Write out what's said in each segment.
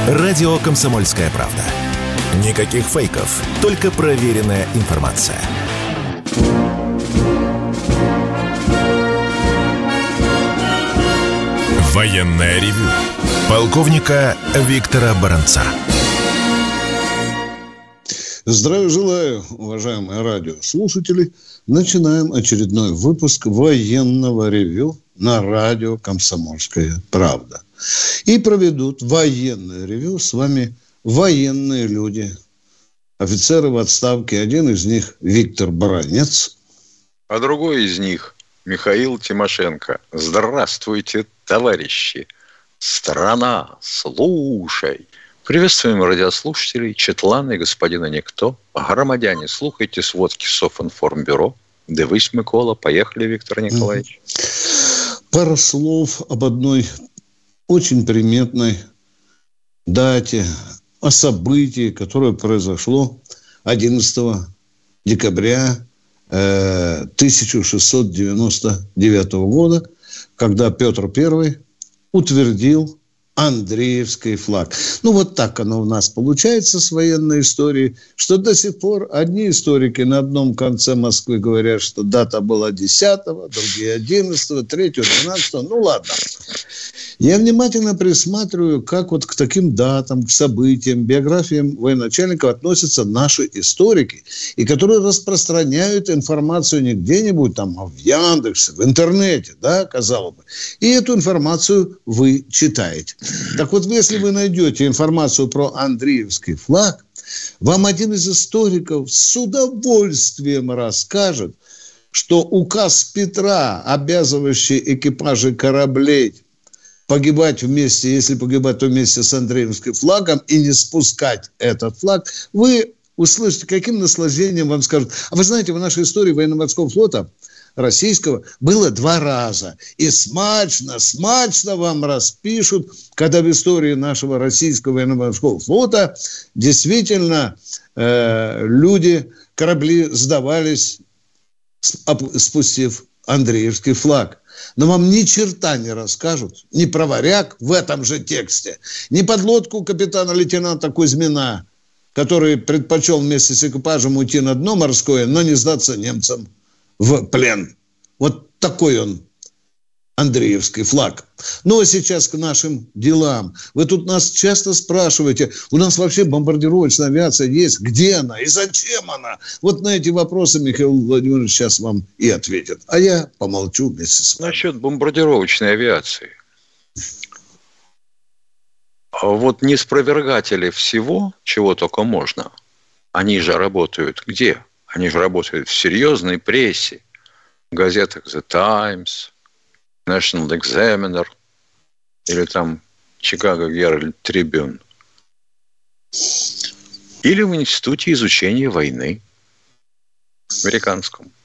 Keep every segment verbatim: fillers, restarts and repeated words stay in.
Радио «Комсомольская правда». Никаких фейков, только проверенная информация. Военное ревю полковника Виктора Баранца. Здравия желаю, уважаемые радиослушатели. Начинаем очередной выпуск военного ревю на радио «Комсомольская правда». И проведут военное ревю с вами военные люди. Офицеры в отставке. Один из них Виктор Баранец. А другой из них Михаил Тимошенко. Здравствуйте, товарищи. Страна, слушай. Приветствуем радиослушателей, Четлана и господина Никто. Громадяне, слухайте сводки Софинформбюро. Дивись, Микола. Поехали, Виктор Николаевич. Пара слов об одной очень приметной дате, о событии, которое произошло одиннадцатого декабря э, тысяча шестьсот девяносто девятого года, когда Петр Первый утвердил Андреевский флаг. Ну, вот так оно у нас получается с военной историей, что до сих пор одни историки на одном конце Москвы говорят, что дата была десятого, другие одиннадцатого, третьего, двенадцатого. Ну, ладно. Я внимательно присматриваю, как вот к таким датам, к событиям, биографиям военачальников относятся наши историки, и которые распространяют информацию не где-нибудь там, а в Яндексе, в интернете, да, казалось бы. И эту информацию вы читаете. Так вот, если вы найдете информацию про Андреевский флаг, вам один из историков с удовольствием расскажет, что указ Петра, обязывающий экипажи кораблей погибать вместе, если погибать, то вместе с Андреевским флагом и не спускать этот флаг, вы услышите, каким наслаждением вам скажут. А вы знаете, в нашей истории военно-морского флота российского было два раза. И смачно, смачно вам распишут, когда в истории нашего российского военно-морского флота действительно э, люди, корабли сдавались, спустив Андреевский флаг. Но вам ни черта не расскажут, ни про варяг в этом же тексте, ни подлодку капитана-лейтенанта Кузьмина, который предпочел вместе с экипажем уйти на дно морское, но не сдаться немцам в плен. Вот такой он, Андреевский флаг. Ну, а сейчас к нашим делам. Вы тут нас часто спрашиваете, у нас вообще бомбардировочная авиация есть? Где она и зачем она? Вот на эти вопросы Михаил Владимирович сейчас вам и ответит. А я помолчу вместе с вами. Насчет бомбардировочной авиации. Вот неспровергатели всего, чего только можно, они же работают где? Они же работают в серьезной прессе. В газетах The Times, National Examiner или там Chicago Herald Tribune. Или в Институте изучения войны американском.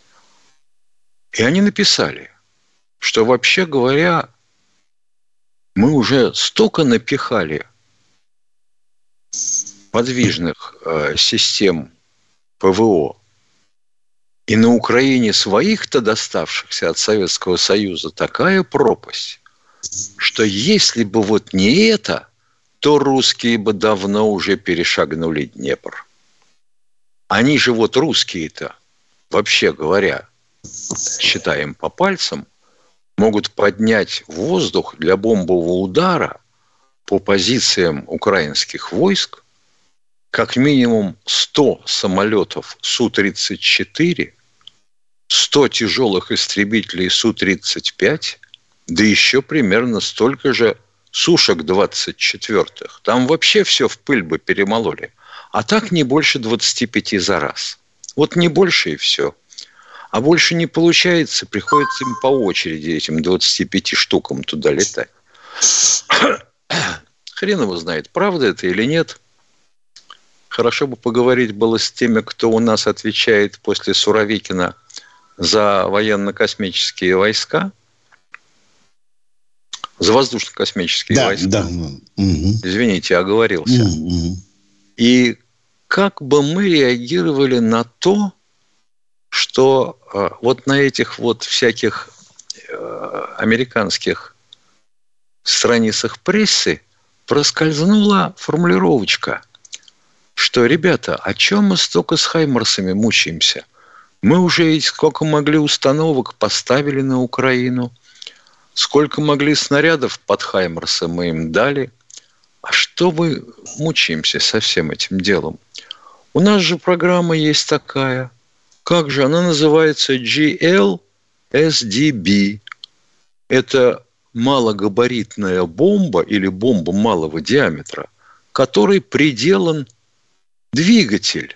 И они написали, что, вообще говоря, мы уже столько напихали подвижных э, систем ПВО, и на Украине своих-то доставшихся от Советского Союза такая пропасть, что если бы вот не это, то русские бы давно уже перешагнули Днепр. Они же вот русские-то, вообще говоря, считаем по пальцам, могут поднять в воздух для бомбового удара по позициям украинских войск как минимум сто самолетов Су тридцать четыре, сто тяжелых истребителей Су тридцать пять, да еще примерно столько же Сушек двадцать четвёртых. Там вообще все в пыль бы перемололи. А так не больше двадцати пяти за раз. Вот не больше и все. А больше не получается, приходится им по очереди этим двадцати пяти штукам туда летать. Хрен его знает, правда это или нет. Хорошо бы поговорить было с теми, кто у нас отвечает после Суровикина за военно-космические войска, за воздушно-космические да, войска. Да. Угу. Извините, оговорился. Угу. И как бы мы реагировали на то, что э, вот на этих вот всяких э, американских страницах прессы проскользнула формулировочка, что, ребята, о чем мы столько с хаймарсами мучаемся? Мы уже сколько могли установок поставили на Украину, сколько могли снарядов под хаймарсы мы им дали. А что мы мучаемся со всем этим делом? У нас же программа есть такая. Как же? Она называется джи эл эс ди би. Это малогабаритная бомба или бомба малого диаметра, которой приделан двигатель.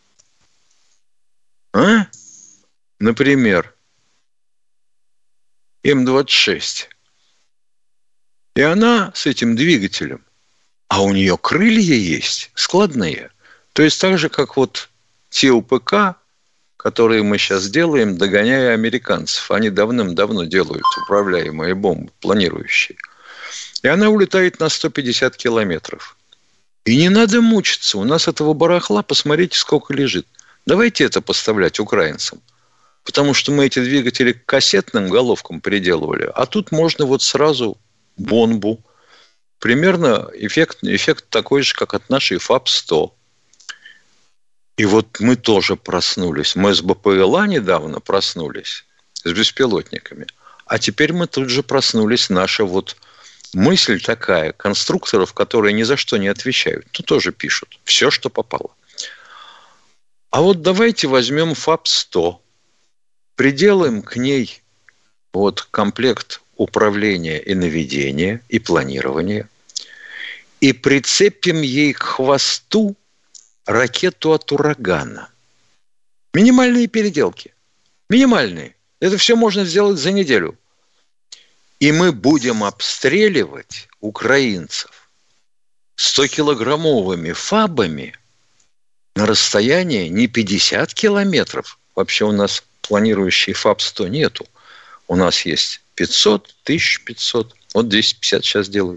А? Например, эм двадцать шесть. И она с этим двигателем, а у нее крылья есть складные. То есть так же, как вот те у пэ ка, которые мы сейчас делаем, догоняя американцев. Они давным-давно делают управляемые бомбы, планирующие. И она улетает на сто пятьдесят километров. И не надо мучиться. У нас этого барахла, посмотрите, сколько лежит. Давайте это поставлять украинцам. Потому что мы эти двигатели к кассетным головкам приделывали. А тут можно вот сразу бомбу. Примерно эффект, эффект такой же, как от нашей ФАП сто. И вот мы тоже проснулись. Мы с бэ пэ эл а недавно проснулись с беспилотниками. А теперь мы тут же проснулись. Наша вот мысль такая, конструкторов, которые ни за что не отвечают, то тоже пишут. Все, что попало. А вот давайте возьмем ФАП сто. Приделаем к ней вот комплект управления и наведения, и планирования. И прицепим ей к хвосту ракету от урагана. Минимальные переделки. Минимальные. Это все можно сделать за неделю. И мы будем обстреливать украинцев стокилограммовыми фабами на расстоянии не пятьдесят километров. Вообще у нас планирующей ФАП сто нету. У нас есть пятьсот, тысяча пятьсот. Вот двести пятьдесят сейчас делают.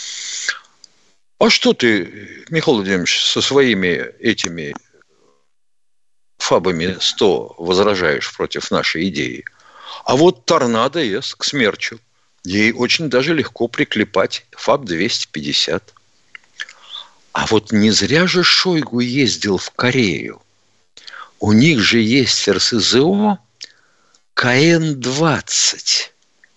А что ты, Михаил Владимирович, со своими этими фабами сто возражаешь против нашей идеи? А вот Торнадо-С к Смерчу. Ей очень даже легко приклепать ФАП двести пятьдесят. А вот не зря же Шойгу ездил в Корею. У них же есть эр эс зэ о ка эн двадцать,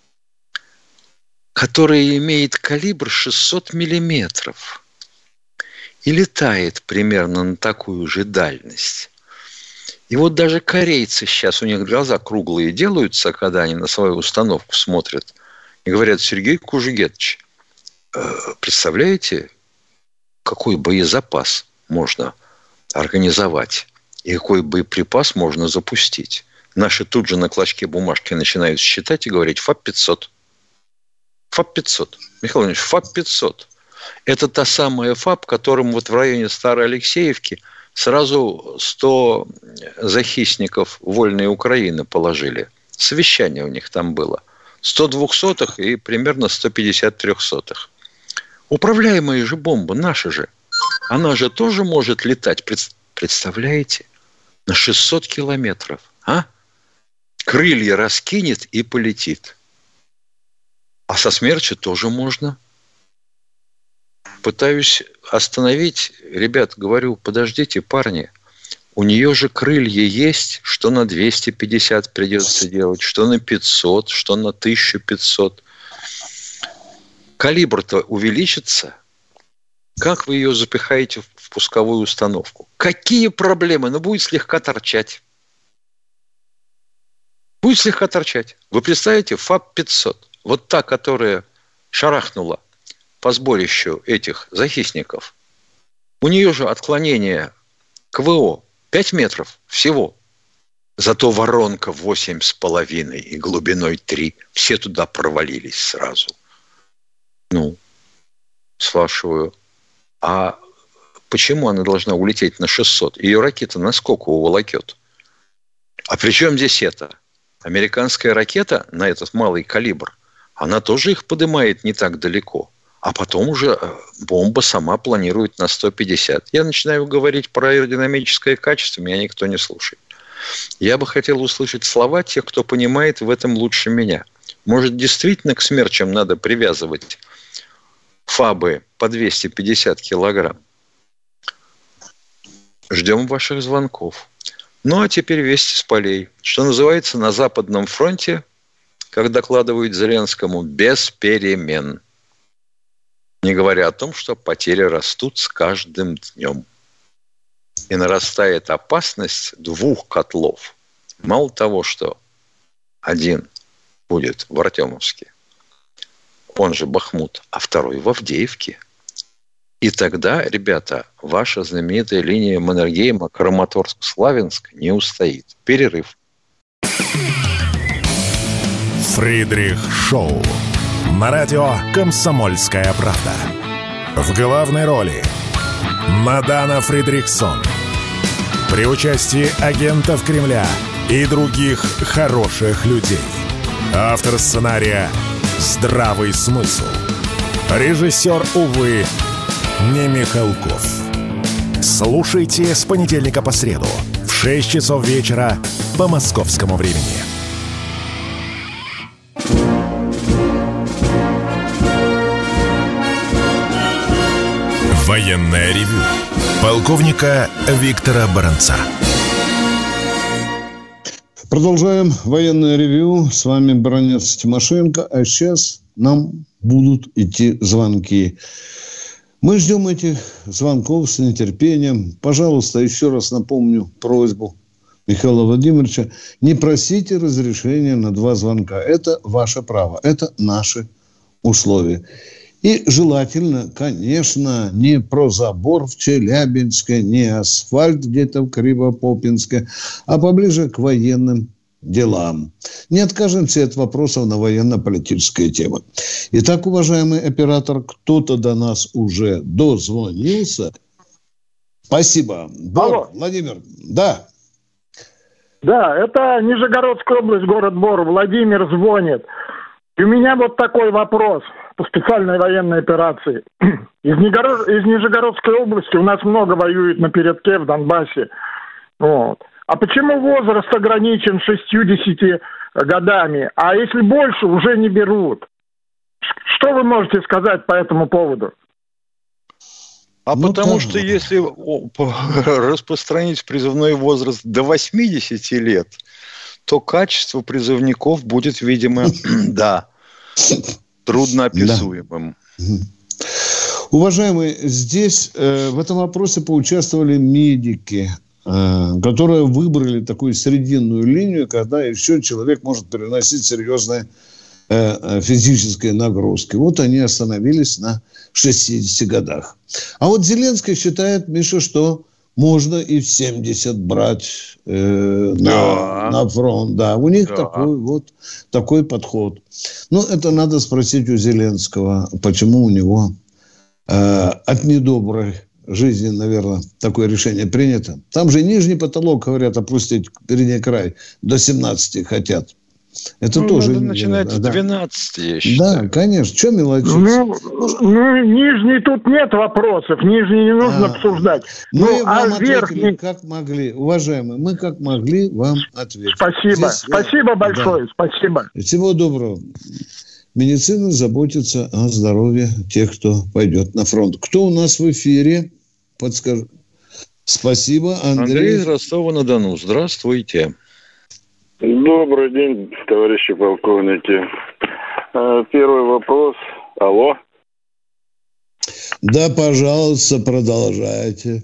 который имеет калибр шестьсот миллиметров и летает примерно на такую же дальность. И вот даже корейцы сейчас, у них глаза круглые делаются, когда они на свою установку смотрят, и говорят: Сергей Кужугетович, представляете, какой боезапас можно организовать и какой боеприпас можно запустить? Наши тут же на клочке бумажки начинают считать и говорить: ФАП пятьсот. ФАП пятьсот. Михаил Владимирович, ФАП пятьсот. Это та самая ФАП, которым вот в районе Старой Алексеевки сразу сто захисников Вольной Украины положили. Совещание у них там было. сто двухсотых и примерно сто пятьдесят трехсотых. Управляемая же бомба, наша же. Она же тоже может летать, представляете, на шестьсот километров. А? Крылья раскинет и полетит. А со Смерча тоже можно. Пытаюсь остановить. Ребят, говорю, подождите, парни. У нее же крылья есть, что на двести пятьдесят придется делать, что на пятьсот, что на тысяча пятьсот. Калибр-то увеличится. Как вы ее запихаете в пусковую установку? Какие проблемы? Ну, будет слегка торчать. Будет слегка торчать. Вы представляете, ФАП пятьсот. Вот та, которая шарахнула по сборищу этих захисников. У нее же отклонение к ВО пять метров всего. Зато воронка восемь с половиной и глубиной три. Все туда провалились сразу. Ну, спрашиваю, а почему она должна улететь на шестьсот? Ее ракета на сколько уволокет? А при чем здесь это? Американская ракета на этот малый калибр, она тоже их поднимает не так далеко. А потом уже бомба сама планирует на сто пятьдесят. Я начинаю говорить про аэродинамическое качество, меня никто не слушает. Я бы хотел услышать слова тех, кто понимает в этом лучше меня. Может, действительно к Смерчам надо привязывать ФАБы по двести пятьдесят килограмм. Ждем ваших звонков. Ну, а теперь вести с полей. Что называется, на Западном фронте, как докладывают Зеленскому, без перемен. Не говоря о том, что потери растут с каждым днем. И нарастает опасность двух котлов. Мало того, что один будет в Артемовске, он же Бахмут, а второй в Авдеевке. И тогда, ребята, ваша знаменитая линия Маннергейма Краматорск-Славянск не устоит. Перерыв. Фридрих Шоу. На радио «Комсомольская правда». В главной роли Мадана Фридрихсон. При участии агентов Кремля и других хороших людей. Автор сценария «Здравый смысл». Режиссер, увы, не Михалков. Слушайте с понедельника по среду в шесть часов вечера по московскому времени. Военное ревю полковника Виктора Баранца. Продолжаем военное ревю. С вами Баранец Тимошенко. А сейчас нам будут идти звонки. Мы ждем этих звонков с нетерпением. Пожалуйста, еще раз напомню просьбу Михаила Владимировича. Не просите разрешения на два звонка. Это ваше право. Это наши условия. И желательно, конечно, не про забор в Челябинске, не асфальт где-то в Кривопопинске, а поближе к военным делам. Не откажемся от вопросов на военно-политические темы. Итак, уважаемый оператор, кто-то до нас уже дозвонился. Спасибо. Бор, Алло. Владимир, да. Да, это Нижегородская область, город Бор. Владимир звонит. И у меня вот такой вопрос по специальной военной операции. Из, Нижегород... Из Нижегородской области у нас много воюет на передке в Донбассе. Вот. А почему возраст ограничен шестьюдесятью годами? А если больше, уже не берут? Что вы можете сказать по этому поводу? А Ну, потому так. что если распространить призывной возраст до восьмидесяти лет, то качество призывников будет, видимо, да, трудноописуемым. Да. Уважаемые, здесь э, в этом вопросе поучаствовали медики, э, которые выбрали такую срединную линию, когда еще человек может переносить серьезные э, физические нагрузки. Вот они остановились на шестидесяти годах. А вот Зеленский считает, Миша, что можно и в семьдесят брать э, Да. на, на фронт. Да, у них Да. такой вот такой подход. Ну, это надо спросить у Зеленского, почему у него э, от недоброй жизни, наверное, такое решение принято. Там же нижний потолок, говорят, опустить передний край до семнадцати хотят. Это Ну, тоже... надо начинать с да. двенадцати, я считаю. Да, конечно. Что мелочиться? Ну, ну, нижний тут нет вопросов. Нижний не нужно А, обсуждать. Мы Ну, вам а ответили, верхний... как могли. Уважаемые, мы как могли вам ответить. Спасибо. Здесь, Спасибо да. большое. Спасибо. Всего доброго. Медицина заботится о здоровье тех, кто пойдет на фронт. Кто у нас в эфире? Подскажи. Спасибо, Андрей. Андрей из Ростова-на-Дону. Здравствуйте. Добрый день, товарищи полковники. Первый вопрос. Алло. Да, пожалуйста, продолжайте.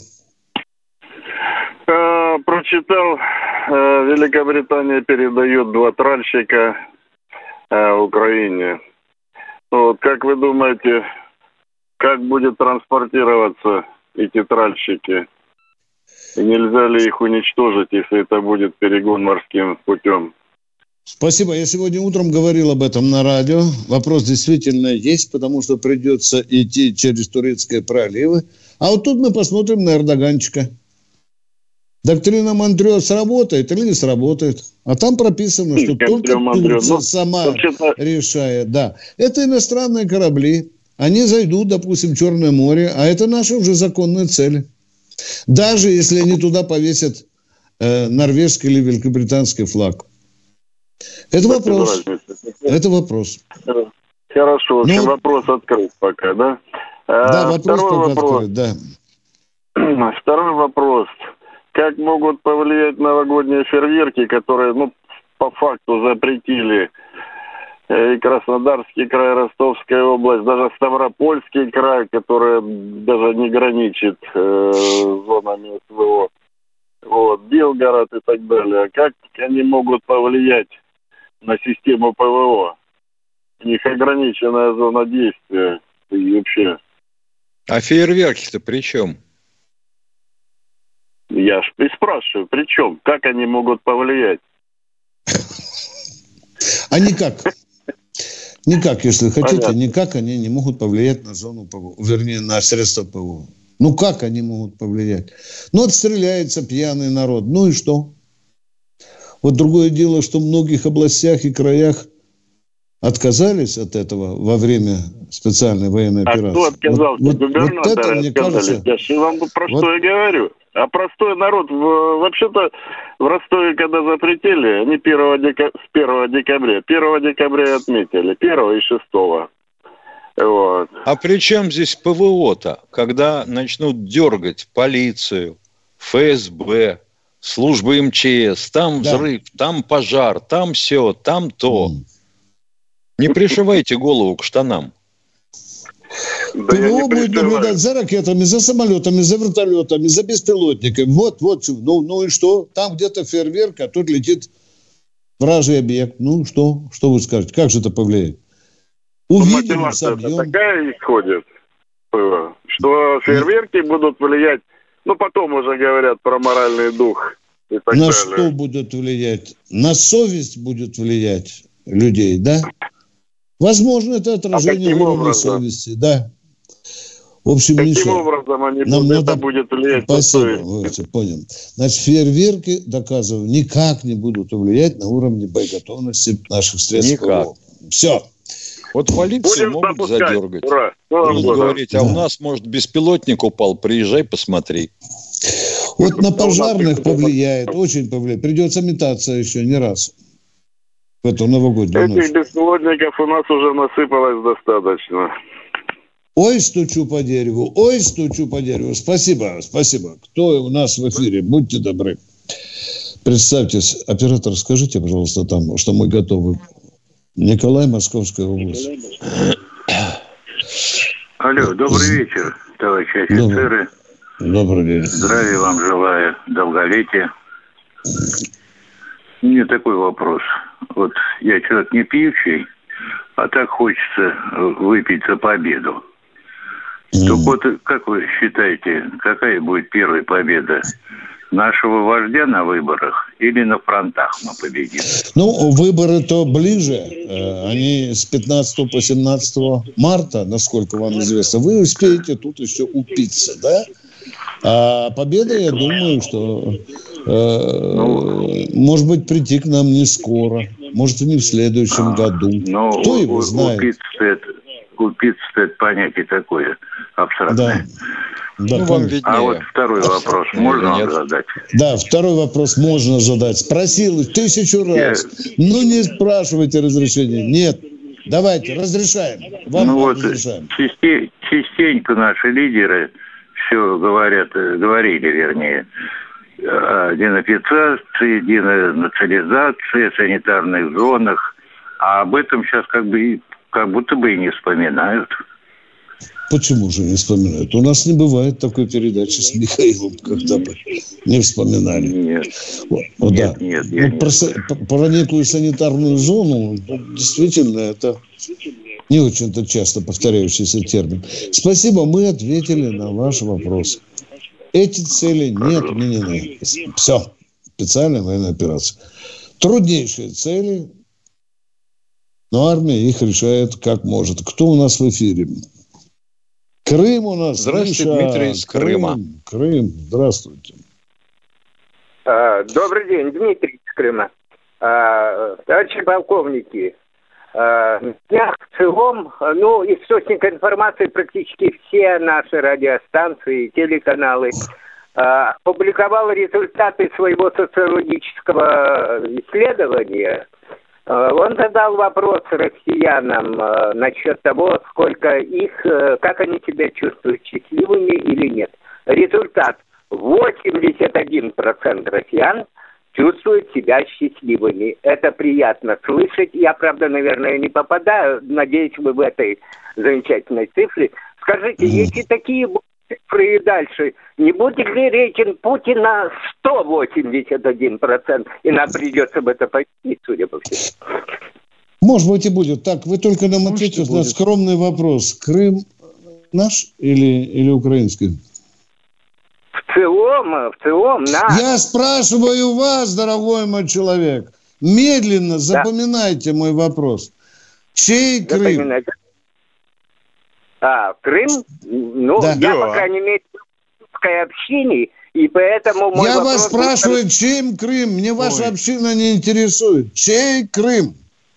Прочитал, Великобритания передает два тральщика Украине. Вот, как вы думаете, как будет транспортироваться эти тральщики? И нельзя ли их уничтожить, если это будет перегон морским путем? Спасибо. Я сегодня утром говорил об этом на радио. Вопрос действительно есть, потому что придется идти через турецкие проливы. А вот тут мы посмотрим на Эрдоганчика. Доктрина Монтрё сработает или не сработает. А там прописано, что только Турция сама решает. Да. Это иностранные корабли. Они зайдут, допустим, в Черное море, а это наши уже законные цели. Даже если они туда повесят э, норвежский или великобританский флаг. Это вопрос. Это вопрос. Хорошо, в общем, Ну, вопрос открыт пока, да? Да, вопрос Второй пока вопрос. открыт, да. Второй вопрос. Как могут повлиять новогодние фейерверки, которые, ну, по факту запретили и Краснодарский край, Ростовская область, даже Ставропольский край, который даже не граничит э, зонами СВО, вот, Белгород и так далее. Как они могут повлиять на систему ПВО? У них ограниченная зона действия и вообще. А фейерверки-то при чем? Я ж и спрашиваю, при чем? Как они могут повлиять? А никак. Никак, если хотите, Понятно. никак они не могут повлиять на зону ПВО, вернее, на средства ПВО. Ну, как они могут повлиять? Ну, отстреляется пьяный народ. Ну и что? Вот другое дело, что в многих областях и краях отказались от этого во время специальной военной А операции. кто отказался? Вот, вот, Губернаторы вот это, мне отказались. кажется... Я же вам про вот... что и говорю. А простой народ, вообще-то, в Ростове, когда запретили, они первого дека... с первого декабря, первого декабря отметили, первого и шестого. Вот. А при чем здесь ПВО-то, когда начнут дергать полицию, ФСБ, службы МЧС, там Да. взрыв, там пожар, там все, там то. Mm. Не пришивайте голову к штанам. Да я не ПВО будет пришиваю. наблюдать за ракетами, за самолетами, за вертолетами, за беспилотниками. Вот, вот. Ну, ну и что? Там где-то фейерверк, а тут летит вражий объект. Ну что? Что вы скажете? Как же это повлияет? Увидим, Мотивация собьем. такая исходит, что фейерверки будут влиять, ну, потом уже говорят про моральный дух и так На далее. что будет влиять? На совесть будет влиять людей, да? Возможно, это отражение А каким уровня образом? совести, да. В общем, Каким Миша, образом они нам будут, надо... это будет влиять на Спасибо, совесть? Вовчик, понял. Значит, фейерверки, доказываю, никак не будут влиять на уровень боеготовности наших средств Никак. ПВО. Все. Вот полицию Будем могут запускать. задергать. Ура. С Новым Будут годом. говорить, а у нас, может, беспилотник упал, приезжай, посмотри. Вот на пожарных повлияет, очень повлияет. Придется метаться еще не раз в эту новогоднюю ночь. Этих беспилотников у нас уже насыпалось достаточно. Ой, стучу по дереву, ой, стучу по дереву. Спасибо, спасибо. Кто у нас в эфире? Будьте добры. Представьтесь. Оператор, скажите, пожалуйста, там, что мы готовы. Николай, Московская область. Алло, добрый вечер, товарищи офицеры. Добрый день. Здравия вам желаю, долголетия. У меня такой вопрос. Вот я человек не пьющий, а так хочется выпить за победу. Mm. Так вот, как вы считаете, какая будет первая победа? Нашего вождя на выборах или на фронтах мы победим? Ну, выборы-то ближе. Они с пятнадцатого по семнадцатое марта, насколько вам известно. Вы успеете тут еще упиться, да? А победа, я думаю, что э, ну, может быть прийти к нам не скоро. Может, и не в следующем а, году. Но кто его у, знает? Упиться это, упиться это понятие такое абстрактное. Да. Да, ну, вам виднее. А вот второй вопрос можно вам задать? Да, второй вопрос можно задать. Спросил тысячу раз. Я... Ну, не спрашивайте разрешения. Нет. Давайте, разрешаем. Вам ну вот разрешаем. Части... Частенько наши лидеры все говорят, говорили, вернее, о денацификации, денационализации, санитарных зонах. А об этом сейчас как бы как будто бы и не вспоминают. Почему же не вспоминают? У нас не бывает такой передачи с Михаилом, когда бы не вспоминали. Нет, вот, вот, нет, да. нет. Вот про, про некую санитарную зону, действительно, это не очень-то часто повторяющийся термин. Спасибо, мы ответили на ваш вопрос. Эти цели не отменены. Все. Специальная военная операция. Труднейшие цели, но армия их решает как может. Кто у нас в эфире? Крым у нас. Здравствуйте, Миша. Дмитрий из Крыма. Крым, Крым. Здравствуйте. Добрый день, Дмитрий из Крыма. Товарищи полковники, на днях в целом, ну, источник информации практически все наши радиостанции, телеканалы, опубликовал результаты своего социологического исследования Он задал вопрос россиянам насчет того, сколько их, как они себя чувствуют, счастливыми или нет. Результат: восемьдесят один процент россиян чувствуют себя счастливыми. Это приятно слышать. Я, правда, наверное, не попадаю. Надеюсь, вы в этой замечательной цифре. Скажите, если такие цифры и дальше, не будет ли рейтинг Путина сто восемьдесят один процент? И нам придется в это пойти, судя по всему. Может быть, и будет. Так, вы только нам ответите на скромный вопрос. Крым наш или, или украинский? В целом, в целом, наш. Я спрашиваю вас, дорогой мой человек, медленно запоминайте да. мой вопрос. Чей Крым? Запоминайте. А, Крым? Ну, да. я, да. по крайней мере, в русской общине, и поэтому мой Я вопрос... вас спрашиваю, будет... чей Крым? Мне Ой. ваша община не интересует. Чей Крым?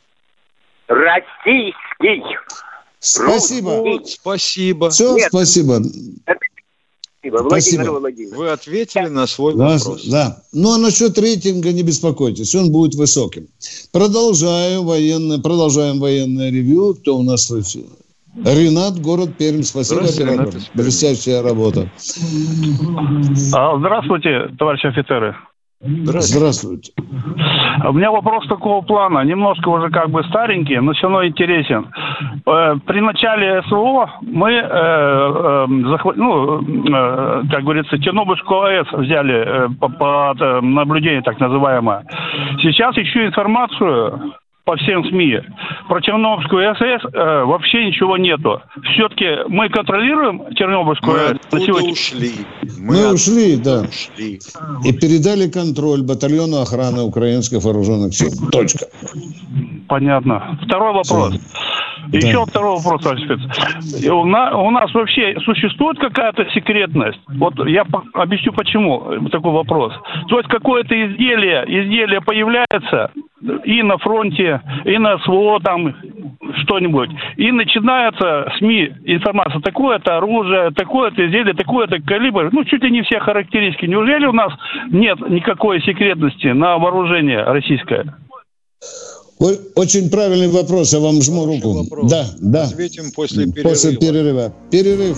Российский. Спасибо. Русский. Спасибо. Все, Нет. спасибо. Это... Спасибо, Владимир Владимирович. Вы ответили на свой да, вопрос. Да. Ну, а насчет рейтинга не беспокойтесь, он будет высоким. Продолжаю военное, продолжаем военное ревью. Кто у нас в эфире? Ренат, город Пермь. Спасибо, оператор. Блестящая работа. Здравствуйте, товарищи офицеры. Здравствуйте. Здравствуйте. У меня вопрос такого плана, немножко уже как бы старенький, но все равно интересен. При начале СВО мы, э, э, захват... ну, э, как говорится, Чернобыльскую АЭС взяли э, под э, наблюдение, так называемое. Сейчас ищу информацию по всем СМИ. Про Чернобыльскую АЭС э, вообще ничего нету. Все-таки мы контролируем Чернобыльскую АЭС? Мы оттуда ушли. Мы, мы ушли, да. Ушли. И передали контроль батальону охраны украинских вооруженных сил. Точка. Понятно. Второй вопрос. Да. Еще второй вопрос, товарищ спец. У нас, у нас вообще существует какая-то секретность? Вот я по- объясню, почему такой вопрос. То есть какое-то изделие, изделие появляется и на фронте, и на СВО там что-нибудь. И начинается СМИ информация. Такое-то оружие, такое-то изделие, такое-то калибр. Ну, чуть ли не все характеристики. Неужели у нас нет никакой секретности на вооружение российское? Очень правильный вопрос, я вам жму Хороший руку. Вопрос. Да, да. Ответим после перерыва. После перерыва. Перерыв.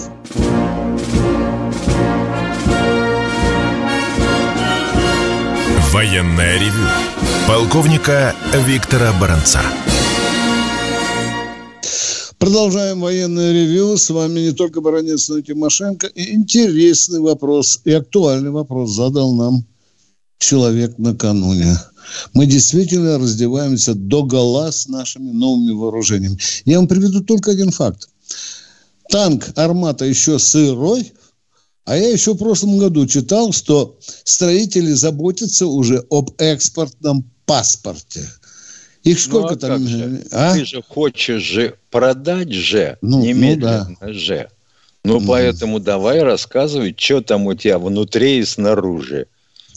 Военное ревю полковника Виктора Баранца. Продолжаем военное ревю. С вами не только Баранец, но и Тимошенко. И интересный вопрос, и актуальный вопрос задал нам человек накануне. Мы действительно раздеваемся догола с нашими новыми вооружениями. Я вам приведу только один факт. Танк «Армата» еще сырой, а я еще в прошлом году читал, что строители заботятся уже об экспортном паспорте. Их сколько ну, а там? Же? А? Ты же хочешь же продать же, ну, немедленно ну, да. же. Ну, mm. поэтому давай рассказывай, что там у тебя внутри и снаружи.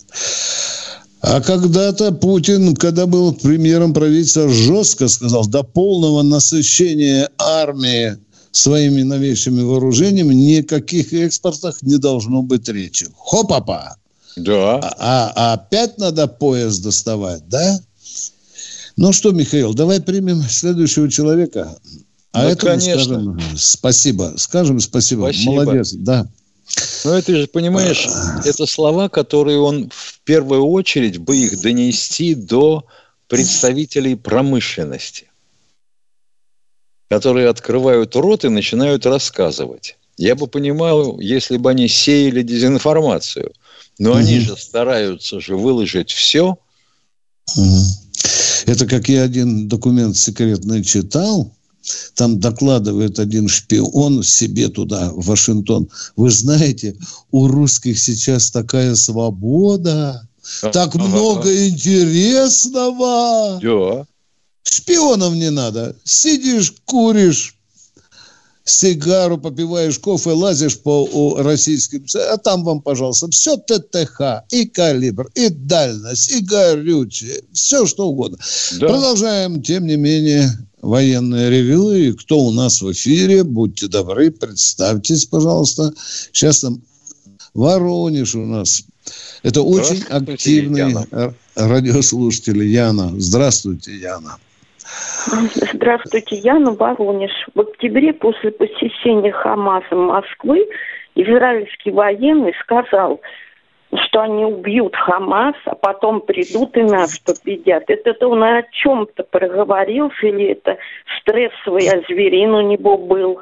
А когда-то Путин, когда был премьером правительства, жестко сказал, до полного насыщения армии своими новейшими вооружениями никаких экспортах не должно быть речи. Хопа-па! Да. А, а опять надо поезд доставать, да? Ну что, Михаил, давай примем следующего человека. А ну, этому конечно. скажем спасибо. Скажем спасибо. спасибо. Молодец, да. Ну, ты же понимаешь, это слова, которые он в первую очередь бы их донести до представителей промышленности, которые открывают рот и начинают рассказывать. Я бы понимал, если бы они сеяли дезинформацию, но угу. они же стараются же выложить все. Угу. Это как я один документ секретный читал. Там докладывает один шпион себе туда, в Вашингтон. Вы знаете, у русских сейчас такая свобода, а, так ага. много интересного. Да. Шпионов не надо. Сидишь, куришь сигару, попиваешь кофе, лазишь по российским... А там вам, пожалуйста, все ТТХ, и калибр, и дальность, и горючее, все что угодно. Да. Продолжаем, тем не менее... Военное ревью. И кто у нас в эфире? Будьте добры, представьтесь, пожалуйста. Сейчас там Воронеж у нас. Это очень активные Яна. радиослушатели. Яна. Здравствуйте, Яна. Здравствуйте, Яна, Воронеж. В октябре после посещения Хамасом Москвы израильский военный сказал, что они убьют Хамас, а потом придут и нас победят. Это, это он о чем-то проговорился или это стрессовый озверин у него был?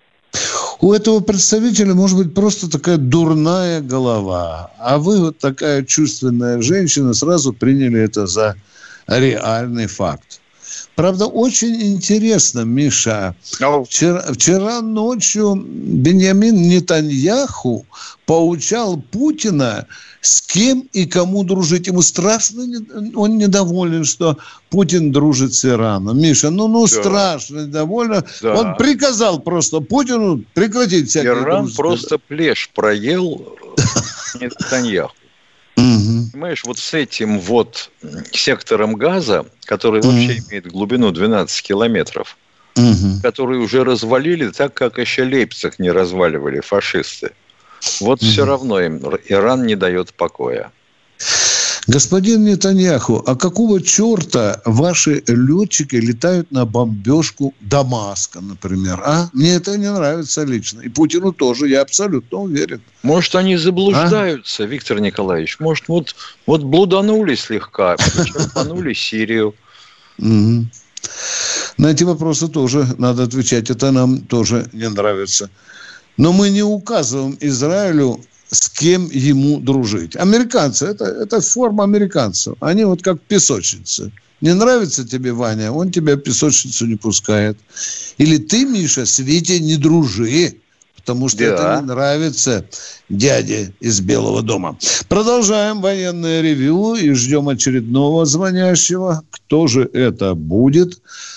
У этого представителя может быть просто такая дурная голова. А вы, вот такая чувственная женщина, сразу приняли это за реальный факт. Правда, очень интересно, Миша. Вчера, вчера ночью Беньямин Нетаньяху поучал Путина, с кем и кому дружить. Ему страшно, он недоволен, что Путин дружит с Ираном. Миша, ну, ну да. страшно недоволен. Да. Он приказал просто Путину прекратить всякие Иран дружбы. просто плешь проел Нетаньяху. Понимаешь, вот с этим вот сектором Газа, который mm. вообще имеет глубину двенадцать километров, mm-hmm. который уже развалили так, как еще Лейпциг не разваливали фашисты. Вот mm-hmm. все равно им Иран не дает покоя. Господин Нетаньяху, а какого черта ваши летчики летают на бомбежку Дамаска, например, а? Мне это не нравится лично. И Путину тоже, я абсолютно уверен. Может, они заблуждаются, а? Виктор Николаевич. Может, вот, вот блуданули слегка, черпанули Сирию. Угу. На эти вопросы тоже надо отвечать. Это нам тоже не нравится. Но мы не указываем Израилю, с кем ему дружить. Американцы, это, это форма американцев. Они вот как песочницы. Не нравится тебе Ваня, он тебя в песочницу не пускает. Или ты, Миша, с Витей не дружи, потому что да. это не нравится дяде из Белого дома. Продолжаем военное ревью и ждем очередного звонящего. Кто же это будет?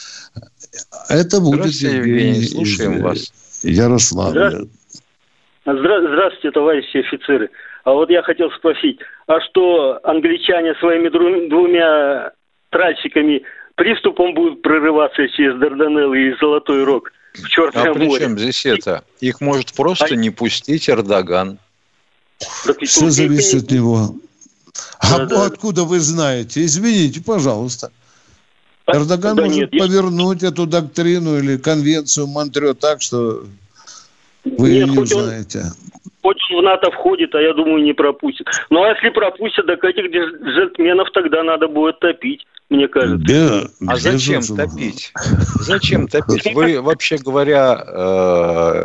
Это будет Евгений. Слушаем из вас. Ярославля. Здравствуйте, товарищи офицеры. А вот я хотел спросить, а что англичане своими двумя тральщиками приступом будут прорываться через Дарданеллы и Золотой Рог в Черное а море? А при чем здесь это? Их может просто а... не пустить Эрдоган. Все зависит от него. А да, да. Откуда вы знаете? Извините, пожалуйста. Эрдоган да, может нет, повернуть я... эту доктрину или конвенцию Монтрео так, что... Вы Нет, не узнаете. Он, хоть он в НАТО входит, а я думаю, не пропустит. Ну, а если пропустят, так этих джентльменов тогда надо будет топить, мне кажется. Без, а зачем без топить? Зачем топить? Вы, вообще говоря,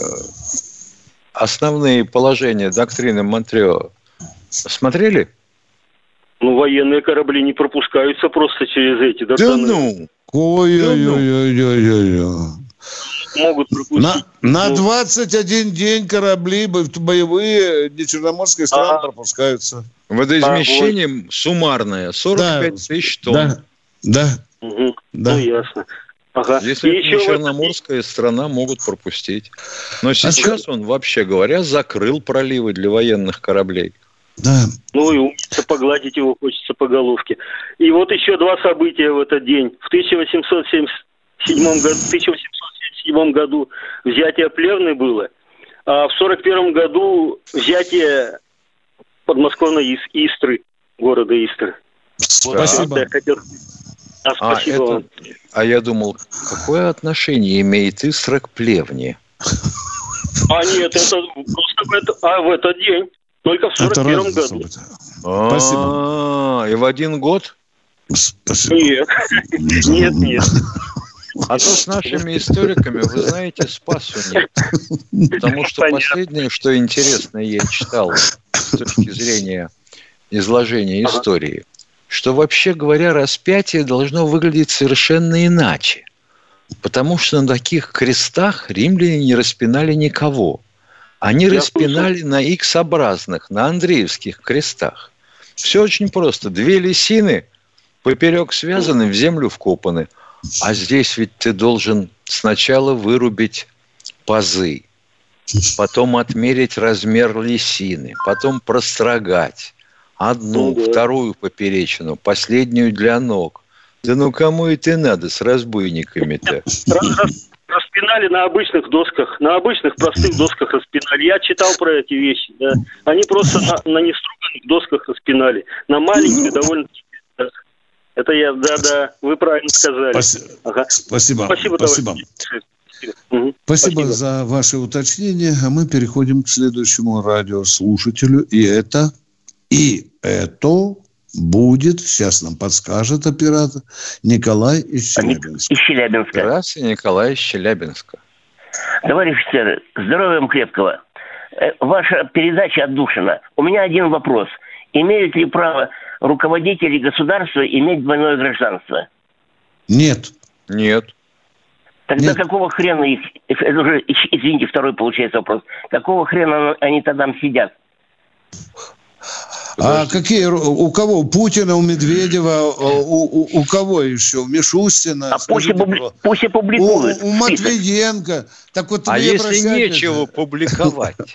основные положения доктрины Монтрео смотрели? Ну, военные корабли не пропускаются просто через эти. Да, да ну! Ой-ой-ой-ой-ой-ой-ой. Могут пропустить. На, на двадцать один день корабли боевые Черноморской страны а, пропускаются. Водоизмещение а, суммарное сорок пять да, тысяч тонн. Да, да. Угу. да. Ну, ясно. Ага. Если это не Черноморская страна, могут пропустить. Но сейчас а он, вообще говоря, закрыл проливы для военных кораблей. Да. Ну и умница, погладить его хочется по головке. И вот еще два события в этот день. В тысяча восемьсот семьдесят седьмом году, тысяча восемьсот семьдесят седьмом году взятие Плевны было, а в сорок первом году взятие подмосковной Истры, города Истры. Спасибо. Вот, я хотел... а, спасибо а, это... вам. А я думал, какое отношение имеет Истра к Плевне? А нет, это просто в, это... а, в этот день. Только в сорок первом году. Спасибо. И в один год? Спасибо. Нет, нет, нет. А то с нашими историками, вы знаете, спасу нет. Потому что Понятно. Последнее, что интересно я читал с точки зрения изложения ага. истории, что, вообще говоря, распятие должно выглядеть совершенно иначе. Потому что на таких крестах римляне не распинали никого. Они я распинали слышал. На икс-образных, на Андреевских крестах. Все очень просто. Две лисины поперек связаны, в землю вкопаны. А здесь ведь ты должен сначала вырубить пазы, потом отмерить размер лисины, потом прострогать одну, ну, да. вторую поперечину, последнюю для ног. Да ну кому это надо с разбойниками-то? Распинали на обычных досках, на обычных простых досках распинали. Я читал про эти вещи, да. Они просто на, на неструганных досках распинали, на маленьких довольно-таки. Это я, да-да, вы правильно сказали. Спасибо. Ага. Спасибо. Спасибо, Спасибо. Угу. Спасибо за ваше уточнение. А мы переходим к следующему радиослушателю. И это, и это будет, сейчас нам подскажет оператор, Николай из Челябинска. Из Челябинска. Здравствуйте, Николай из Челябинска. Товарищ офицер, здоровья вам крепкого. Ваша передача отдушина. У меня один вопрос. Имеют ли право руководители государства иметь двойное гражданство? Нет. Нет. Тогда Нет. какого хрена их... Это уже, извините, второй получается вопрос. Какого хрена они тогда там сидят? А какие... У кого? У Путина, у Медведева, у, у, у кого еще? У Мишустина? А пусть, опубли... пусть опубликуют. У, у Матвиенко. Так вот, а если нечего публиковать?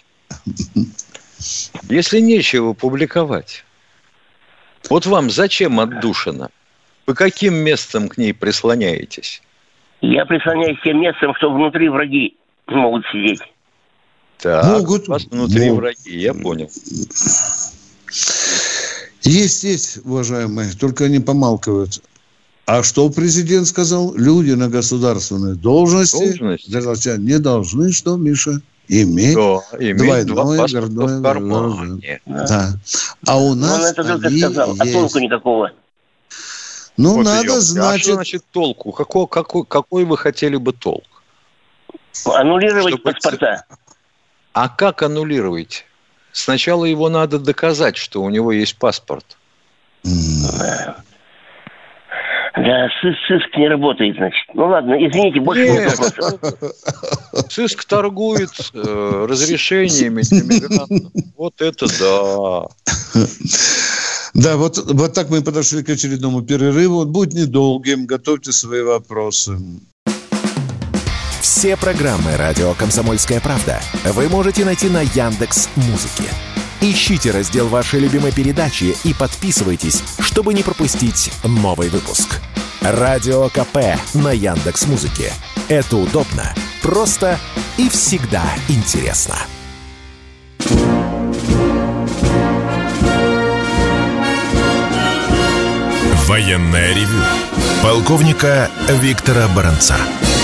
Если нечего публиковать, вот вам зачем отдушина? Вы каким местом к ней прислоняетесь? Я прислоняюсь к тем местам, что внутри враги могут сидеть. Так, могут. У вас внутри могут. враги, я понял. Есть, есть, уважаемые, только они помалкивают. А что президент сказал? Люди на государственной должности, должности не должны, что, Миша? Иметь, да, иметь двойное городное в кармане. Да. Да. А у нас Он это только они сказал, есть. а толку никакого. Ну, вот надо, идем. значит... А что значит толку? Какой, какой, какой вы хотели бы толк? Аннулировать Чтобы... паспорта. А как аннулировать? Сначала его надо доказать, что у него есть паспорт. Да, да сыск, сыск не работает, значит. Ну ладно, извините, больше нет вопросов. Сыск торгует э, разрешениями для мигрантов. Вот это да. Да, вот, вот так мы подошли к очередному перерыву. Он будет недолгим. Готовьте свои вопросы. Все программы «Радио Комсомольская правда» вы можете найти на Яндекс.Музыке. Ищите раздел вашей любимой передачи и подписывайтесь, чтобы не пропустить новый выпуск. Радио КП на Яндекс.Музыке. Это удобно, просто и всегда интересно. Военное ревю полковника Виктора Баранца.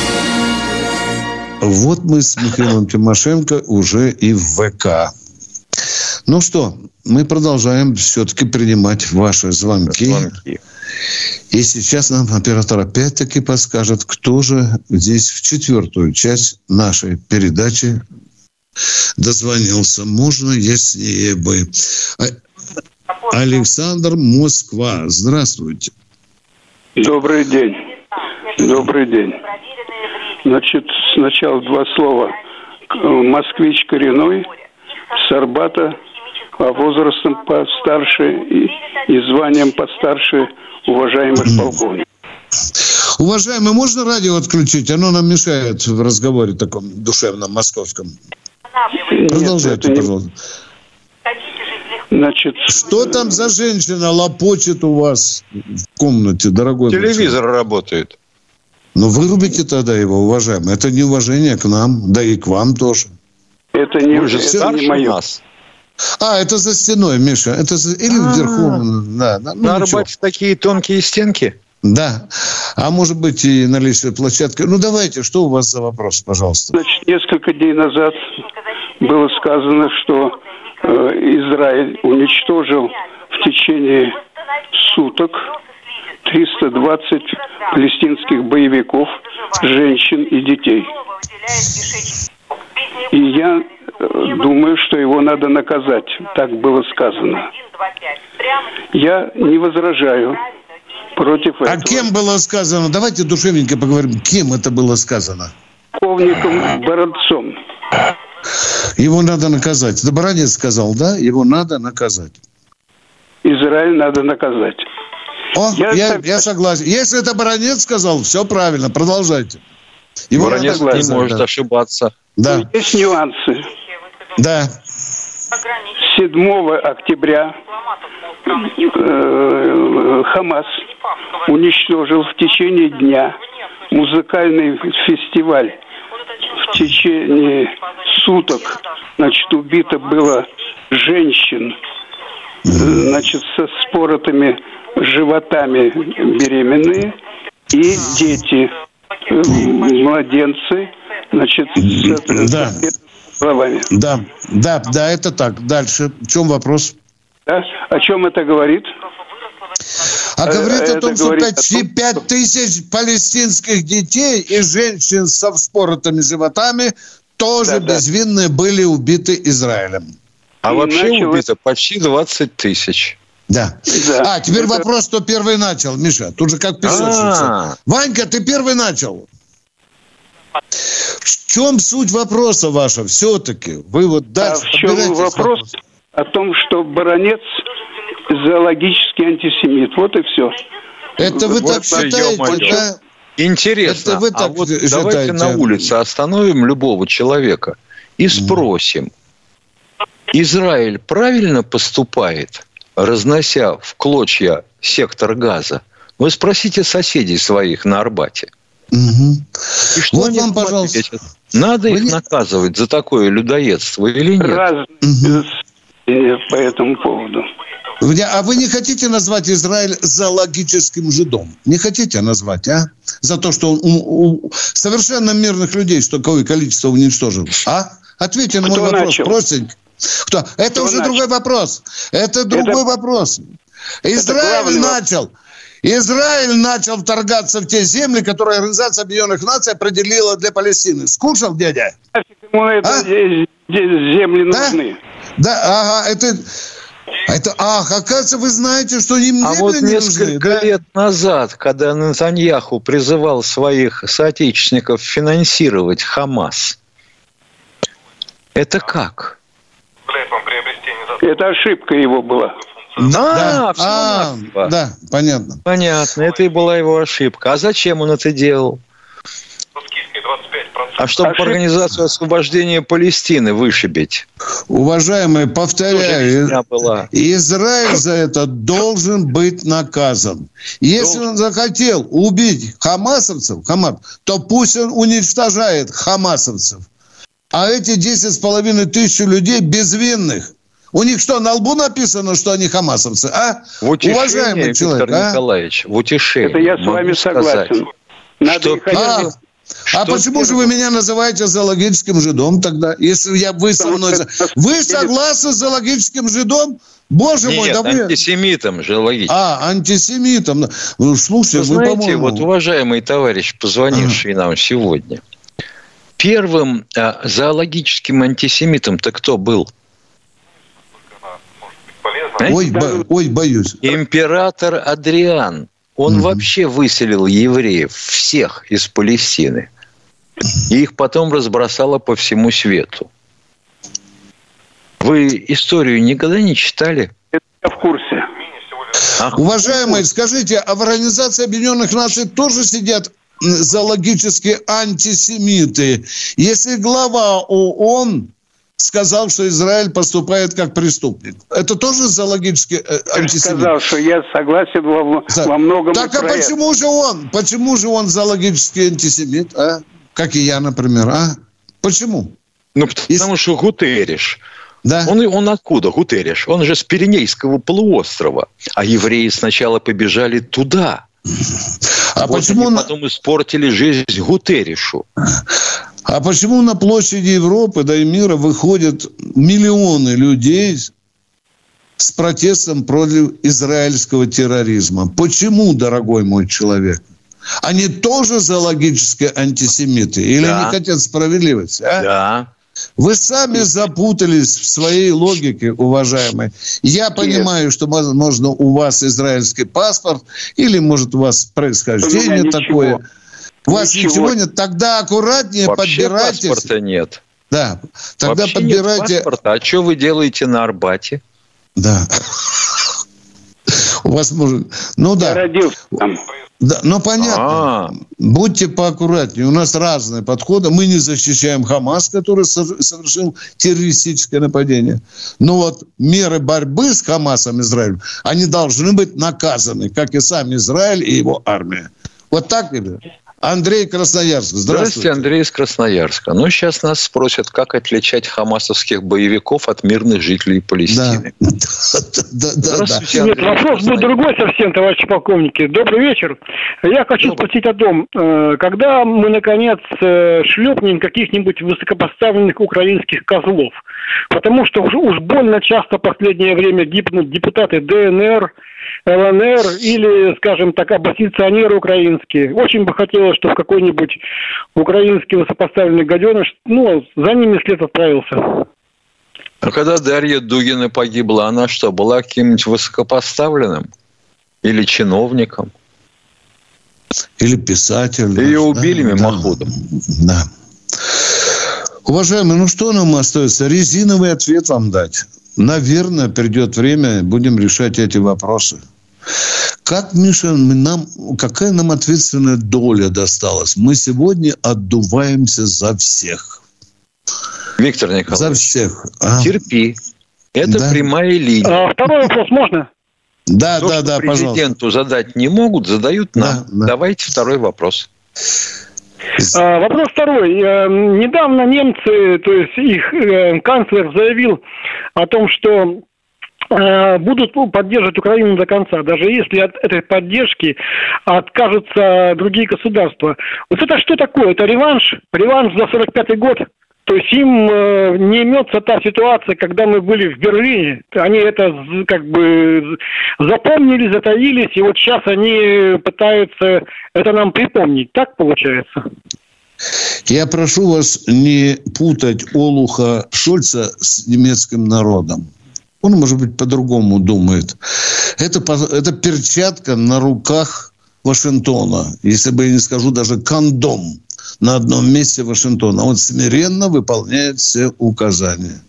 Вот мы с Михаилом Тимошенко уже и в ВК. Ну что, мы продолжаем все-таки принимать ваши звонки. звонки. И сейчас нам оператор опять-таки подскажет, кто же здесь в четвертую часть нашей передачи дозвонился. Можно яснее бы. Александр, Москва. Здравствуйте. Добрый день. Добрый день. Значит, сначала два слова. Москвич коренной, с Арбата, а возрастом постарше и, и званием постарше уважаемых полковников. Уважаемый, можно радио отключить? Оно нам мешает в разговоре таком душевном, московском. Продолжайте, Нет, пожалуйста. Значит, что там за женщина лопочет у вас в комнате, дорогой? Телевизор мальчик? Работает. Ну, вырубите тогда его, уважаемый. Это неуважение к нам, да и к вам тоже. Это не, Вы же это не мое. Нас. А, это за стеной, Миша. Это за... Или вверху. Да, да. Ну, на Арбате такие тонкие стенки? Да. А может быть и на лестничной площадке. Ну, давайте, что у вас за вопрос, пожалуйста? Значит, несколько дней назад было сказано, что э, Израиль уничтожил в течение суток триста двадцать палестинских боевиков, женщин и детей. И я э, думаю, что его надо наказать. Так было сказано. Я не возражаю против этого. А кем было сказано? Давайте душевненько поговорим. Кем это было сказано? Полковником Баранцом. Его надо наказать. Это Баранец сказал, да? Его надо наказать. Израиль надо наказать. О, я, я, так... я согласен. Если это Баранец сказал, все правильно. Продолжайте. Его Баранец не наказать, может да. ошибаться. Да. Но есть нюансы. Да. седьмого октября э, Хамас уничтожил в течение дня музыкальный фестиваль. В течение суток, значит, убито было женщин, значит, со споротыми животами беременные и дети, младенцы, значит, с, да. с правами. Да, да, да, это так. Дальше. В чем вопрос? Да? О чем это говорит? А говорит это о том, что почти том, пять тысяч палестинских детей и женщин со вспоротыми животами тоже да, безвинные да. были убиты Израилем. А и вообще начал... убито почти двадцать тысяч. Да. да. А, теперь это... вопрос, кто первый начал, Миша. Тут же как песочница. А-а-а. Ванька, ты первый начал. В чем суть вопроса ваша все-таки? Вы вот дальше... А в чем вопрос? О том, что Баранец зоологический антисемит. Вот и все. Это вы вот так считаете, да? Интересно, вы так а вот считаете? Давайте на улице остановим любого человека и спросим. Израиль правильно поступает, разнося в клочья сектор Газа? Вы спросите соседей своих на Арбате. Угу. И что вот вам, пожалуйста. Ответят? Надо Вы их не... наказывать за такое людоедство или нет? Разные угу. по этому поводу. А вы не хотите назвать Израиль зоологическим жидом? Не хотите назвать, а? За то, что он у, у совершенно мирных людей такое количество уничтожил. А? Ответьте на мой Кто вопрос. Начал? Простенько. Кто? Это Кто уже начал? другой вопрос. Это другой Это... вопрос. Израиль начал. Израиль начал вторгаться в те земли, которые Организация Объединенных Наций определила для Палестины. Скушал, дядя? Ему это а? земли нужны. Да, да ага, это... Это, ах, оказывается, вы знаете, что им земли а вот не несколько нужны, да? лет назад, когда Нетаньяху призывал своих соотечественников финансировать Хамас, это как? Это ошибка его была. Да, а, а, да, понятно. Понятно, это и была его ошибка. А зачем он это делал? А чтобы Ошиб... Организацию освобождения Палестины вышибить. Уважаемые, повторяю, Израиль за это должен быть наказан. Если должен. он захотел убить хамасовцев, хамас, то пусть он уничтожает хамасовцев. А эти десять с половиной тысяч людей безвинных. У них что, на лбу написано, что они хамасовцы? А? В утешение, уважаемый человек, Виктор а? Николаевич, в утешение. Это я с вами согласен. Надо что... а, а почему же вы меня называете зоологическим жидом тогда? Если я вы со мной... Вы согласны с зоологическим жидом? Боже Нет, мой, да вы... антисемитом зоологическим. А, антисемитом. Ну, слушайте, вы, вы знаете, по-моему... вот, уважаемый товарищ, позвонивший а. нам сегодня, первым а, зоологическим антисемитом-то кто был? Ой, бо, ой, боюсь. Император Адриан. Он угу. вообще выселил евреев всех из Палестины. И их потом разбросало по всему свету. Вы историю никогда не читали? Я в курсе. Ах, уважаемые, скажите, а в Организации Объединенных Наций тоже сидят зоологические антисемиты? Если глава ООН сказал, что Израиль поступает как преступник. Это тоже зоологический э, антисемит? Сказал, что я согласен во, во многом. Так а почему же он? Почему же он зоологический антисемит? А? Как и я, например. А? Почему? Ну, потому Из... что Гутерриш. Да? Он, он откуда, Гутерриш? Он же с Пиренейского полуострова. А евреи сначала побежали туда. А вот почему они потом испортили жизнь Гутерришу. А почему на площади Европы, да и мира выходят миллионы людей с протестом против израильского терроризма? Почему, дорогой мой человек? Они тоже зоологические антисемиты? Или да. они хотят справедливости? А? Да. Вы сами запутались в своей логике, уважаемые. Я Нет. понимаю, что, возможно, у вас израильский паспорт, или, может, у вас происхождение такое. Ничего. У вас ничего. ничего нет, тогда аккуратнее вообще подбирайтесь. Паспорта нет. Да, тогда вообще подбирайте. Нет паспорта. А что вы делаете на Арбате? Да. У вас может... Ну да. Я родился там. Да, ну понятно. А-а-а. Будьте поаккуратнее. У нас разные подходы. Мы не защищаем Хамас, который совершил террористическое нападение. Но вот меры борьбы с Хамасом Израилем, они должны быть наказаны, как и сам Израиль и его армия. Вот так или? Андрей, Красноярск. Здравствуйте. Здравствуйте, Андрей из Красноярска. Ну, сейчас нас спросят, как отличать хамасовских боевиков от мирных жителей Палестины. Да. Да, да, да. Нет, вопрос был другой совсем, товарищи полковники. Добрый вечер. Я хочу Добрый. спросить о том, когда мы, наконец, шлепнем каких-нибудь высокопоставленных украинских козлов. Потому что уж, уж больно часто в последнее время гибнут депутаты ДНР, ЛНР или, скажем так, оппозиционеры украинские. Очень бы хотелось, чтобы какой-нибудь украинский высокопоставленный гаденыш, ну, за ними след отправился. А когда Дарья Дугина погибла, она что, была каким-нибудь высокопоставленным? Или чиновником? Или писателем? Ее убили да, мимоходом. Да. да. Уважаемые, ну что нам остается? Резиновый ответ вам дать. Наверное, придет время, будем решать эти вопросы. Как, Миша, нам, какая нам ответственная доля досталась? Мы сегодня отдуваемся за всех. Виктор Николаевич, за всех. А? Терпи. Это да? прямая линия. А, второй вопрос можно? Да, То, да, что да, президенту пожалуйста. задать не могут, задают нам. Да, да. Давайте второй вопрос. А, вопрос второй. Недавно немцы, то есть их канцлер заявил о том, что будут поддерживать Украину до конца, даже если от этой поддержки откажутся другие государства. Вот это что такое? Это реванш? Реванш за сорок пятый год? То есть им не имется та ситуация, когда мы были в Берлине. Они это как бы запомнили, затаились, и вот сейчас они пытаются это нам припомнить. Так получается? Я прошу вас не путать олуха Шольца с немецким народом. Он, может быть, по-другому думает. Это, это перчатка на руках Вашингтона. Если бы я не скажу, даже кондом на одном месте Вашингтона. Он смиренно выполняет все указания.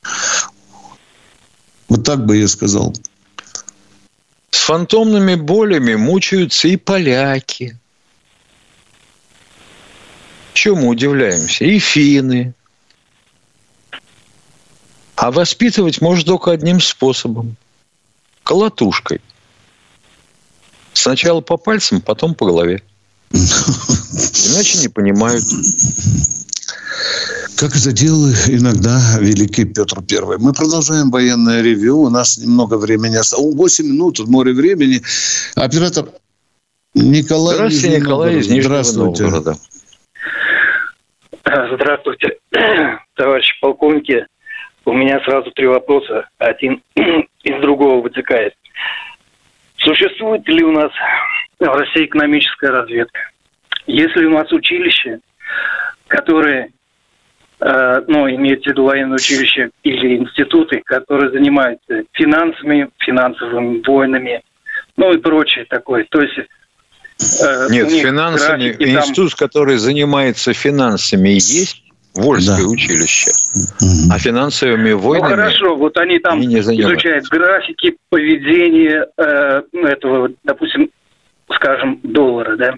Вот так бы я сказал. С фантомными болями мучаются и поляки. Чему удивляемся? И финны. А воспитывать можно только одним способом. Колотушкой. Сначала по пальцам, потом по голове. Иначе не понимают. Как это делал иногда великий Петр Первый. Мы продолжаем военное ревью. У нас немного времени осталось. восемь минут, море времени. Оператор Николай. Здравствуйте, Николай из Нижнего Новгорода. Здравствуйте, товарищи полковники. У меня сразу три вопроса. Один из другого вытекает. Существует ли у нас в России экономическая разведка? Есть ли у нас училища, которые, э, ну, имеют в виду военное училище или институты, которые занимаются финансами, финансовыми войнами, ну и прочее такое. То есть э, нет, финансами, графики, институт, там... который занимается финансами, есть Вольское да. училище. А финансовыми войнами... Ну, хорошо, вот они там они изучают графики, поведение э, этого, допустим, скажем, доллара, да?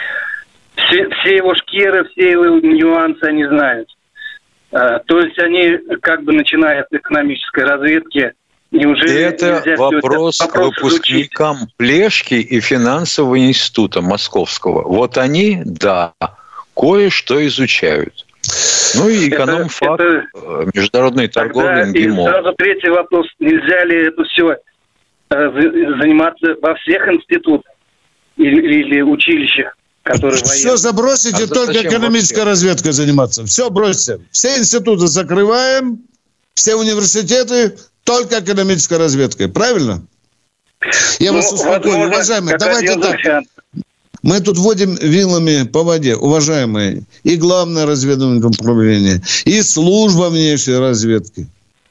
Все, все его шкеры, все его нюансы они знают. Э, то есть они как бы начиная от экономической разведки, неужели это вопрос это выпускникам изучить? Плешки и финансового института московского. Вот они, да, кое-что изучают. Ну и экономфак, это, это... международной торговли, МГИМО. И сразу третий вопрос. Нельзя ли это все заниматься во всех институтах или, или училищах, которые все военные? забросите, а только экономической разведкой заниматься. Все бросьте. Все институты закрываем, все университеты только экономической разведкой. Правильно? Я ну, вас успокою. Уважаемые, давайте так. Вариант. Мы тут водим вилами по воде, уважаемые. И Главное разведывательное управление, и служба внешней разведки.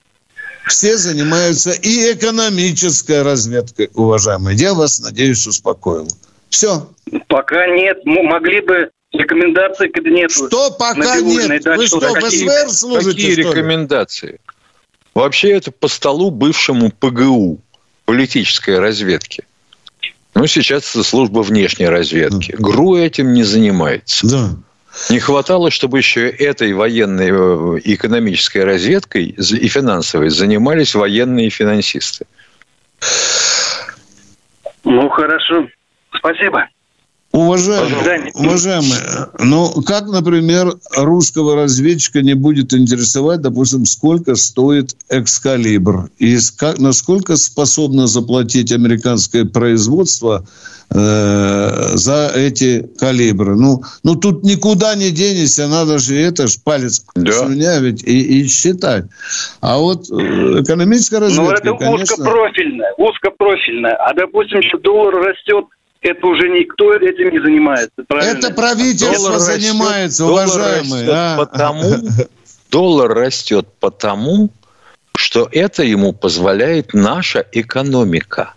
Все занимаются и экономической разведкой, уважаемые. Я вас, надеюсь, успокоил. Все. Пока нет. Могли бы рекомендации кабинету. Что пока нет? Вы что, в СВР служите? Какие рекомендации? Вообще это по столу бывшему ПГУ, политической разведки. Ну, сейчас это служба внешней разведки. ГРУ этим не занимается. Да. Не хватало, чтобы еще этой военной экономической разведкой и финансовой занимались военные финансисты. Ну, хорошо. Спасибо. Уважаемые, уважаемые, ну, как, например, русского разведчика не будет интересовать, допустим, сколько стоит «Экскалибр» и как, насколько способно заплатить американское производство э, за эти калибры? Ну, ну, тут никуда не денешься, надо же это, ж палец да. слюнявить и, и считать. А вот экономическая разведка, ну, это конечно... узкопрофильное, узкопрофильное. А, допустим, что доллар растет, это уже никто этим не занимается. Правильно? Это правительство доллар занимается, растет, уважаемые. Доллар растет, а? потому, доллар растет потому, что это ему позволяет наша экономика.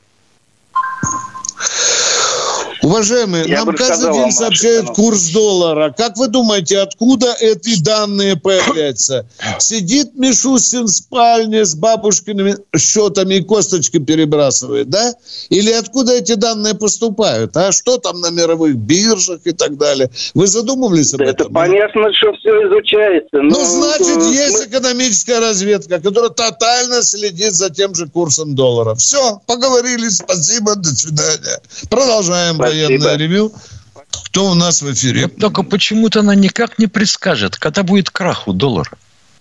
Уважаемые, Я нам каждый день сообщают курс доллара. Как вы думаете, откуда эти данные появляются? Сидит Мишустин в спальне с бабушкиными счетами и косточки перебрасывает, да? Или откуда эти данные поступают? А что там на мировых биржах и так далее? Вы задумывались об да этом? Это понятно, что все изучается. Но... Ну, значит, есть экономическая разведка, которая тотально следит за тем же курсом доллара. Все, поговорили, спасибо, до свидания. Продолжаем. Военное ревю. Кто у нас в эфире? Вот только почему-то она никак не предскажет, когда будет крах у доллара.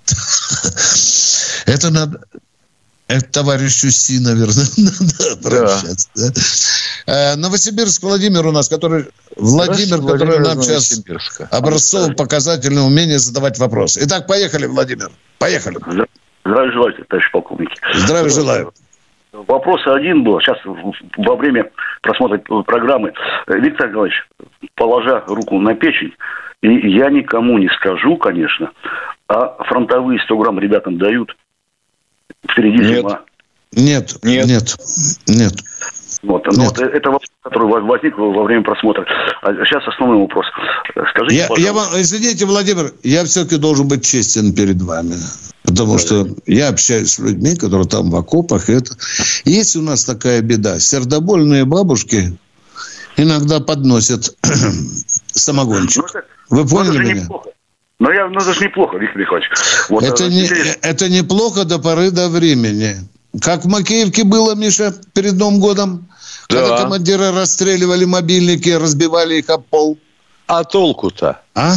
Это надо... Это товарищу Си, наверное, надо обращаться. Да. Да? Новосибирск, Владимир у нас, который... Владимир, который нам сейчас образцово-показательное умение задавать вопросы. Итак, поехали, Владимир. Поехали. Здравия желаю, товарищ полковник. Здравия желаю. Вопрос один был. Сейчас во время просмотра программы Виктор Николаевич, положа руку на печень, и я никому не скажу, конечно, а фронтовые сто грамм ребятам дают. Впереди нет. зима. Нет, нет, нет, нет. Вот, ну, вот это вопрос, который возник во время просмотра. А сейчас основной вопрос. Скажите, я, я вам, извините, Владимир, я все-таки должен быть честен перед вами. Потому да, что да. я общаюсь с людьми, которые там в окопах. Это. Есть у нас такая беда. Сердобольные бабушки иногда подносят самогончик. Ну, это, Вы поняли ну, меня? Неплохо. Но я, ну, это же неплохо, Виктор Николаевич. Вот, это, а, не, теперь... это неплохо до поры до времени. Как в Макеевке было, Миша, перед Новым годом, да. когда командиры расстреливали мобильники, разбивали их об пол. А толку-то? А?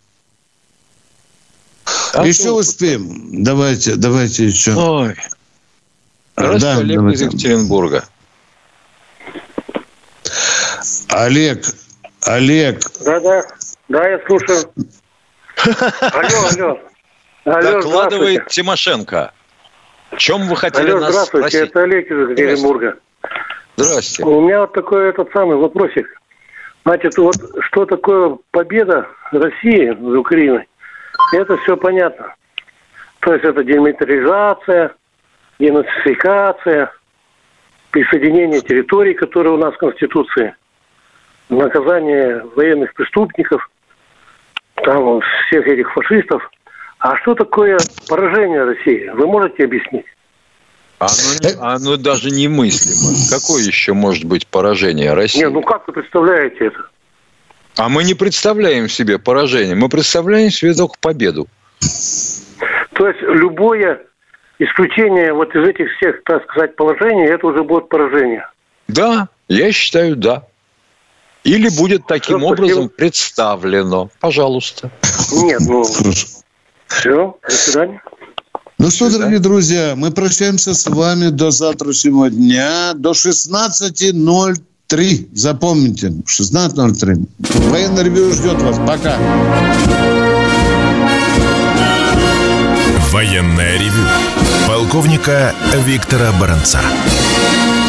А еще толку-то? Успеем. Давайте, давайте еще. Ой. Здравствуйте, да, Олег давайте. Из Екатеринбурга. Олег, Олег. Да-да, да, я слушаю. Алло, алло. алло Докладывает Тимошенко. В чем вы хотели алло, нас здравствуйте, спросить? Это Олег из Екатеринбурга. Здравствуйте. У меня вот такой этот самый вопросик. Значит, вот что такое победа России над Украиной? Это все понятно. То есть это демилитаризация, денацификация, присоединение территорий, которые у нас в Конституции, наказание военных преступников, там всех этих фашистов. А что такое поражение России? Вы можете объяснить? Оно, не, оно даже немыслимо. Какое еще может быть поражение России? Не, ну как вы представляете это? А мы не представляем себе поражение. Мы представляем себе только победу. То есть любое исключение вот из этих всех, так сказать, положений, это уже будет поражение? Да, я считаю, да. Или будет таким Все, образом спасибо. Представлено. Пожалуйста. Нет, ну... Все, до свидания. Ну что, дорогие друзья, мы прощаемся с вами до завтрашнего дня, до шестнадцати ноль три. Запомните, шестнадцать ноль три. Военное ревю ждет вас. Пока. Военное ревю полковника Виктора Баранца.